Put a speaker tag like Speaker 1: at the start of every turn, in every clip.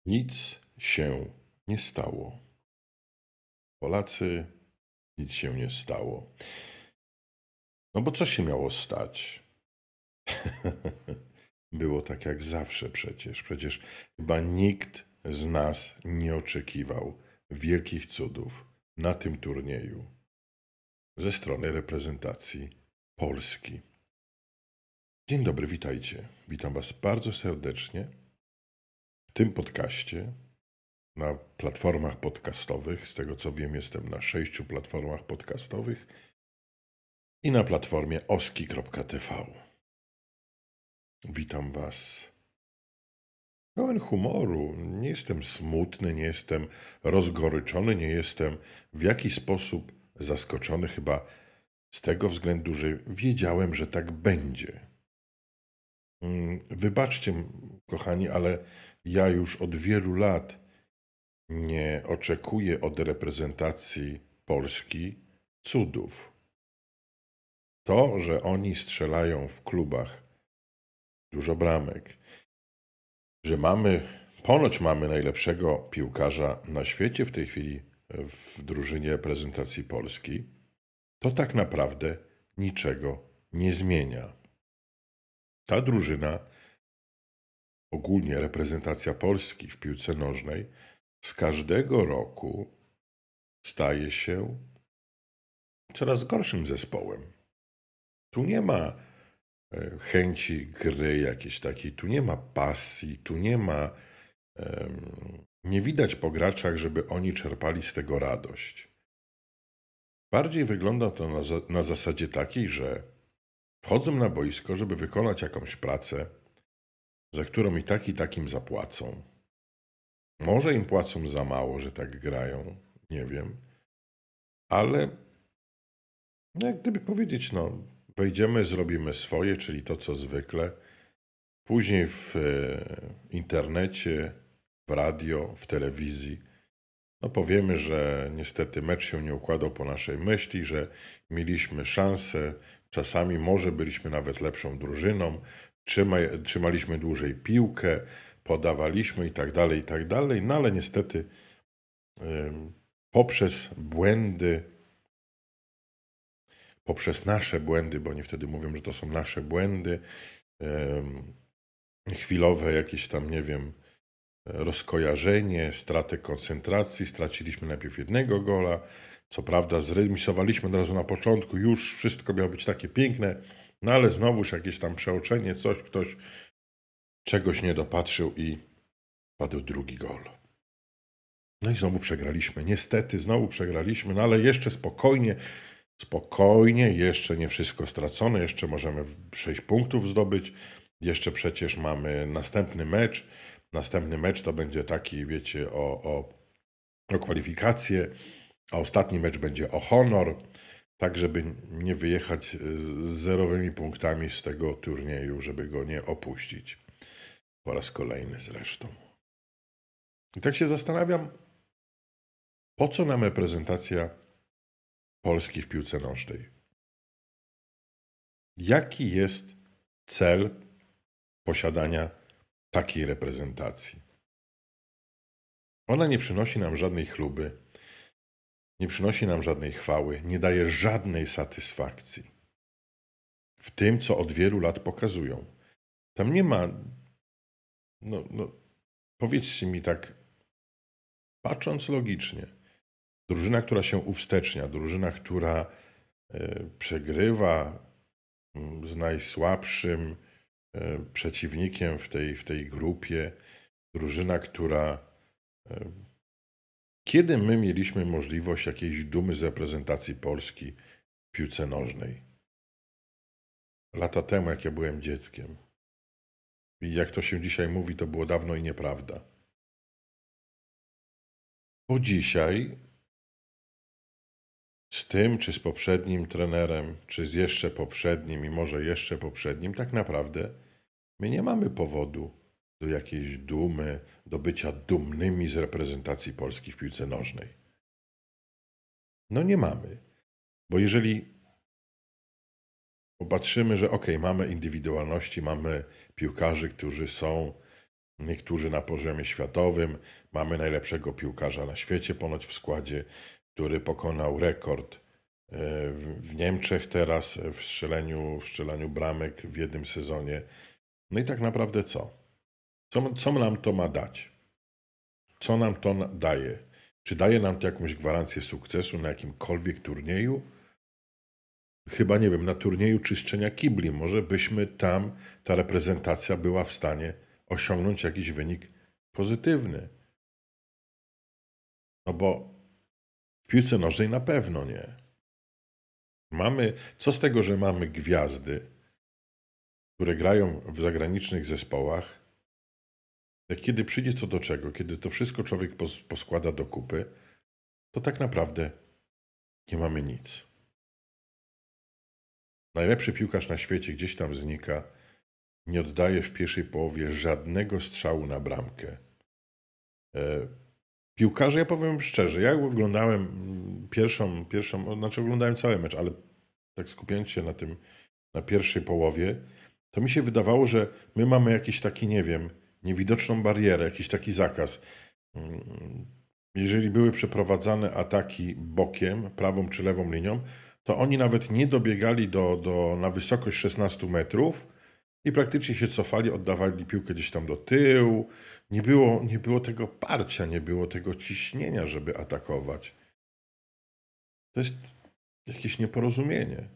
Speaker 1: Nic się nie stało. Polacy, nic się nie stało. No bo co się miało stać? Było tak jak zawsze przecież. Przecież chyba nikt z nas nie oczekiwał wielkich cudów na tym turnieju ze strony reprezentacji Polski. Dzień dobry, witajcie. Witam Was bardzo serdecznie w tym podcaście na platformach podcastowych. Z tego co wiem, jestem na 6 platformach podcastowych i na platformie oski.tv. Witam Was pełen humoru. Nie jestem smutny, nie jestem rozgoryczony, nie jestem w jakiś sposób zaskoczony, chyba z tego względu, że wiedziałem, że tak będzie. Wybaczcie, kochani, ale ja już od wielu lat nie oczekuję od reprezentacji Polski cudów. To, że oni strzelają w klubach dużo bramek, że ponoć mamy najlepszego piłkarza na świecie w tej chwili w drużynie reprezentacji Polski, to tak naprawdę niczego nie zmienia. Ta drużyna, ogólnie reprezentacja Polski w piłce nożnej, z każdego roku staje się coraz gorszym zespołem. Tu nie ma chęci gry jakiejś takiej, tu nie ma pasji, tu nie ma, nie widać po graczach, żeby oni czerpali z tego radość. Bardziej wygląda to na zasadzie takiej, że wchodzą na boisko, żeby wykonać jakąś pracę, za którą i takim zapłacą. Może im płacą za mało, że tak grają, nie wiem, ale jak gdyby powiedzieć, wejdziemy, zrobimy swoje, czyli to, co zwykle. Później w internecie, w radio, w telewizji, powiemy, że niestety mecz się nie układał po naszej myśli, że mieliśmy szansę, czasami może byliśmy nawet lepszą drużyną, trzymaliśmy dłużej piłkę, podawaliśmy i tak dalej, no ale niestety poprzez błędy, poprzez nasze błędy, bo oni wtedy mówią, że to są nasze błędy, chwilowe jakieś tam, nie wiem, rozkojarzenie, stratę koncentracji, straciliśmy najpierw jednego gola, co prawda zremisowaliśmy od razu na początku, już wszystko miało być takie piękne, no ale znowuż jakieś tam przeoczenie, ktoś czegoś nie dopatrzył i padł drugi gol. No i znowu przegraliśmy, niestety znowu przegraliśmy, no ale jeszcze spokojnie, jeszcze nie wszystko stracone, jeszcze możemy 6 punktów zdobyć, jeszcze przecież mamy następny mecz. Następny mecz to będzie taki, wiecie, o kwalifikacje, a ostatni mecz będzie o honor, tak żeby nie wyjechać z zerowymi punktami z tego turnieju, żeby go nie opuścić. Po raz kolejny zresztą. I tak się zastanawiam, po co nam reprezentacja Polski w piłce nożnej? Jaki jest cel posiadania takiej reprezentacji? Ona nie przynosi nam żadnej chluby, nie przynosi nam żadnej chwały, nie daje żadnej satysfakcji w tym, co od wielu lat pokazują. Tam nie ma, powiedzcie mi tak, patrząc logicznie, drużyna, która się uwstecznia, drużyna, która przegrywa z najsłabszym przeciwnikiem w tej grupie, drużyna, która... Kiedy my mieliśmy możliwość jakiejś dumy z reprezentacji Polski w piłce nożnej? Lata temu, jak ja byłem dzieckiem. I jak to się dzisiaj mówi, to było dawno i nieprawda. Bo dzisiaj z tym, czy z poprzednim trenerem, czy z jeszcze poprzednim i może jeszcze poprzednim, tak naprawdę my nie mamy powodu do jakiejś dumy, do bycia dumnymi z reprezentacji Polski w piłce nożnej. No nie mamy. Bo jeżeli popatrzymy, że mamy indywidualności, mamy piłkarzy, którzy są niektórzy na poziomie światowym. Mamy najlepszego piłkarza na świecie ponoć w składzie, który pokonał rekord w Niemczech teraz w strzelaniu bramek w jednym sezonie. No i tak naprawdę co? Co nam to ma dać? Co nam to daje? Czy daje nam to jakąś gwarancję sukcesu na jakimkolwiek turnieju? Chyba nie wiem, na turnieju czyszczenia kibli. Może byśmy tam, ta reprezentacja była w stanie osiągnąć jakiś wynik pozytywny. No bo w piłce nożnej na pewno nie. Co z tego, że mamy gwiazdy, które grają w zagranicznych zespołach, jak kiedy przyjdzie co do czego, kiedy to wszystko człowiek poskłada do kupy, to tak naprawdę nie mamy nic. Najlepszy piłkarz na świecie gdzieś tam znika, nie oddaje w pierwszej połowie żadnego strzału na bramkę. Piłkarze, ja powiem szczerze, ja oglądałem oglądałem cały mecz, ale tak skupiając się na pierwszej połowie, to mi się wydawało, że my mamy jakiś taki, nie wiem, niewidoczną barierę, jakiś taki zakaz. Jeżeli były przeprowadzane ataki bokiem, prawą czy lewą linią, to oni nawet nie dobiegali na wysokość 16 metrów i praktycznie się cofali, oddawali piłkę gdzieś tam do tyłu. Nie było tego parcia, nie było tego ciśnienia, żeby atakować. To jest jakieś nieporozumienie.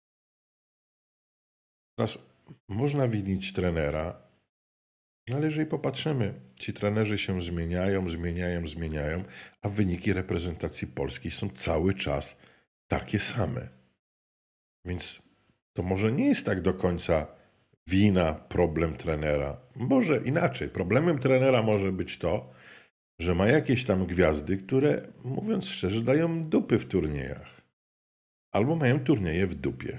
Speaker 1: Teraz można winić trenera, no ale jeżeli popatrzymy, ci trenerzy się zmieniają, a wyniki reprezentacji polskiej są cały czas takie same. Więc to może nie jest tak do końca wina, problem trenera. Może inaczej. Problemem trenera może być to, że ma jakieś tam gwiazdy, które, mówiąc szczerze, dają dupy w turniejach. Albo mają turnieje w dupie.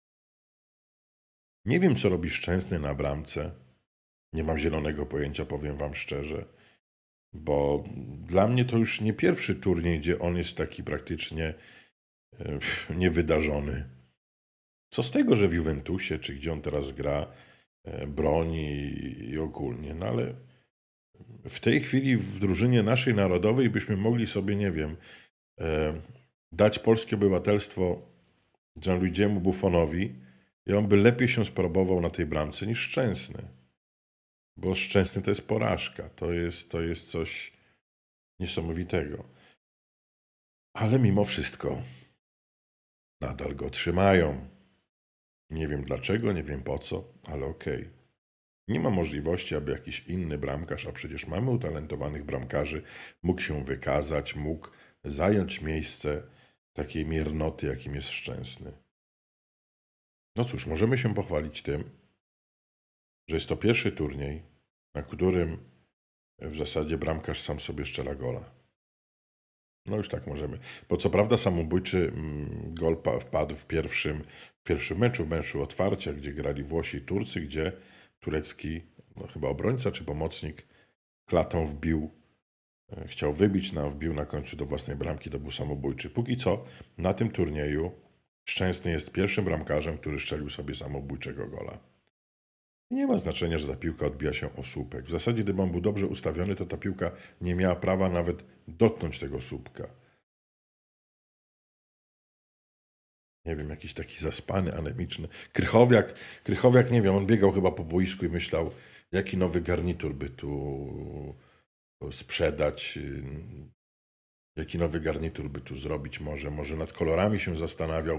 Speaker 1: Nie wiem, co robi Szczęsny na bramce. Nie mam zielonego pojęcia, powiem wam szczerze. Bo dla mnie to już nie pierwszy turniej, gdzie on jest taki praktycznie niewydarzony. Co z tego, że w Juventusie, czy gdzie on teraz gra, broni i ogólnie. No ale w tej chwili w drużynie naszej narodowej byśmy mogli sobie, nie wiem, dać polskie obywatelstwo Gianluigiemu Buffonowi i on by lepiej się spróbował na tej bramce niż Szczęsny. Bo Szczęsny to jest porażka. To jest coś niesamowitego. Ale mimo wszystko nadal go trzymają. Nie wiem dlaczego, nie wiem po co, ale okej. Nie ma możliwości, aby jakiś inny bramkarz, a przecież mamy utalentowanych bramkarzy, mógł się wykazać, mógł zająć miejsce takiej miernoty, jakim jest Szczęsny. No cóż, możemy się pochwalić tym, że jest to pierwszy turniej, na którym w zasadzie bramkarz sam sobie strzela gola. No już tak możemy. Bo co prawda samobójczy gol wpadł w pierwszym meczu, w meczu otwarcia, gdzie grali Włosi i Turcy, gdzie turecki, no chyba obrońca czy pomocnik, klatą wbił, chciał wybić, wbił na końcu do własnej bramki, to był samobójczy. Póki co na tym turnieju Szczęsny jest pierwszym bramkarzem, który strzelił sobie samobójczego gola. Nie ma znaczenia, że ta piłka odbija się o słupek. W zasadzie, gdyby on był dobrze ustawiony, to ta piłka nie miała prawa nawet dotknąć tego słupka. Nie wiem, jakiś taki zaspany, anemiczny. Krychowiak, nie wiem, on biegał chyba po boisku i myślał, jaki nowy garnitur by tu sprzedać, jaki nowy garnitur by tu zrobić może nad kolorami się zastanawiał,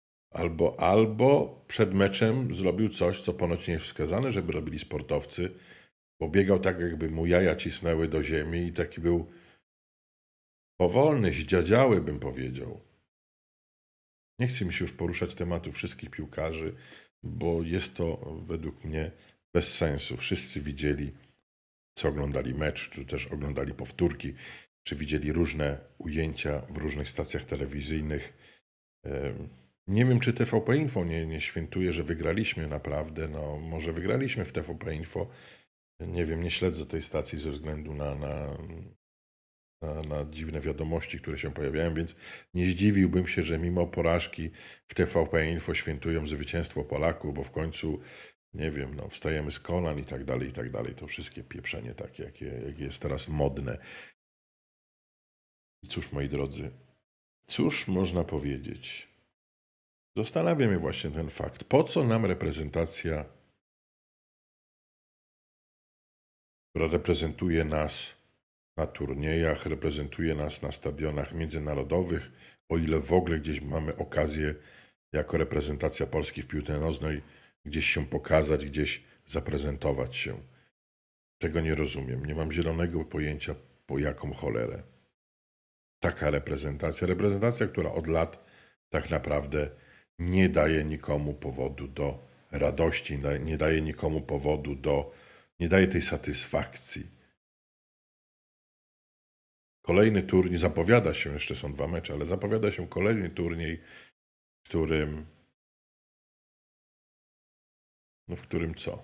Speaker 1: albo przed meczem zrobił coś, co ponoć nie jest wskazane, żeby robili sportowcy, bo biegał tak, jakby mu jaja cisnęły do ziemi i taki był powolny, zdziadziały, bym powiedział. Nie chcę mi się już poruszać tematu wszystkich piłkarzy, bo jest to według mnie bez sensu. Wszyscy widzieli, co oglądali mecz, czy też oglądali powtórki, czy widzieli różne ujęcia w różnych stacjach telewizyjnych. Nie wiem, czy TVP Info nie świętuje, że wygraliśmy naprawdę. No, może wygraliśmy w TVP Info. Nie wiem, nie śledzę tej stacji ze względu na dziwne wiadomości, które się pojawiają, więc nie zdziwiłbym się, że mimo porażki w TVP Info świętują zwycięstwo Polaków, bo w końcu nie wiem, no, wstajemy z kolan i tak dalej, i tak dalej. To wszystkie pieprzenie takie, jakie jest teraz modne. I cóż, moi drodzy, cóż można powiedzieć? Zastanawia mnie właśnie ten fakt. Po co nam reprezentacja, która reprezentuje nas na turniejach, reprezentuje nas na stadionach międzynarodowych, o ile w ogóle gdzieś mamy okazję jako reprezentacja Polski w piłce nożnej gdzieś się pokazać, gdzieś zaprezentować się. Tego nie rozumiem. Nie mam zielonego pojęcia, po jaką cholerę. Taka reprezentacja, która od lat tak naprawdę nie daje nikomu powodu do radości, nie daje nikomu powodu nie daje tej satysfakcji. Kolejny turniej zapowiada się, jeszcze są 2 mecze, ale zapowiada się kolejny turniej, w którym co?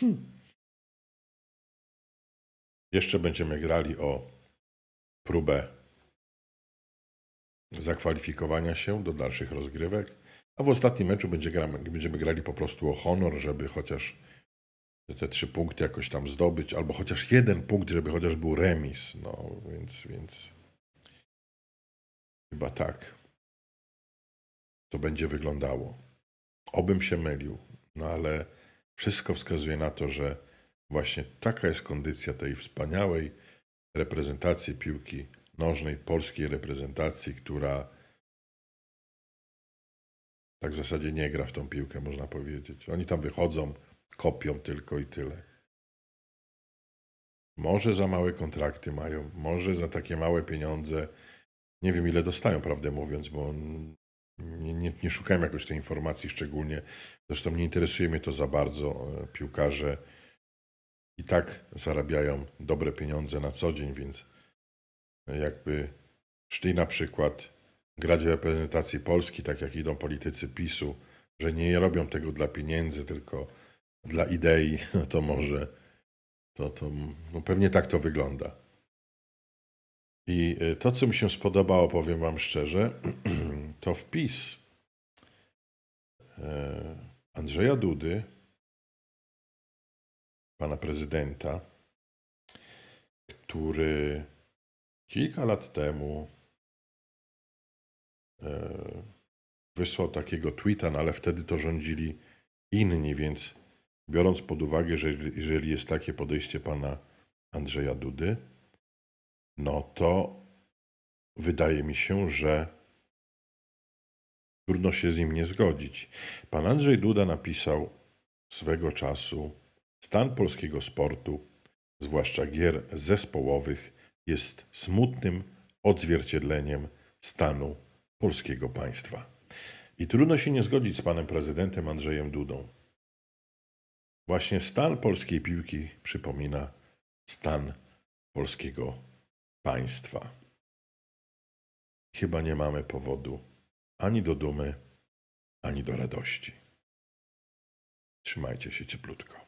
Speaker 1: Jeszcze będziemy grali o próbę zakwalifikowania się do dalszych rozgrywek, a w ostatnim meczu będziemy grali po prostu o honor, żeby chociaż te 3 punkty jakoś tam zdobyć, albo chociaż 1 punkt, żeby chociaż był remis. No, więc chyba tak to będzie wyglądało. Obym się mylił, no ale wszystko wskazuje na to, że właśnie taka jest kondycja tej wspaniałej reprezentacji piłki nożnej, polskiej reprezentacji, która tak w zasadzie nie gra w tą piłkę, można powiedzieć. Oni tam wychodzą, kopią tylko i tyle. Może za małe kontrakty mają, może za takie małe pieniądze. Nie wiem, ile dostają, prawdę mówiąc, bo nie szukałem jakoś tej informacji szczególnie. Zresztą nie interesuje mnie to za bardzo. Piłkarze i tak zarabiają dobre pieniądze na co dzień, więc jakby szli na przykład grać w reprezentacji Polski, tak jak idą politycy PiS-u, że nie robią tego dla pieniędzy, tylko dla idei, no to może no pewnie tak to wygląda. I to, co mi się spodobało, powiem wam szczerze, to wpis Andrzeja Dudy, pana prezydenta, który kilka lat temu wysłał takiego tweeta, no ale wtedy to rządzili inni, więc biorąc pod uwagę, że jeżeli jest takie podejście pana Andrzeja Dudy, no to wydaje mi się, że trudno się z nim nie zgodzić. Pan Andrzej Duda napisał swego czasu: stan polskiego sportu, zwłaszcza gier zespołowych, jest smutnym odzwierciedleniem stanu polskiego państwa. I trudno się nie zgodzić z panem prezydentem Andrzejem Dudą. Właśnie stan polskiej piłki przypomina stan polskiego państwa. Chyba nie mamy powodu ani do dumy, ani do radości. Trzymajcie się cieplutko.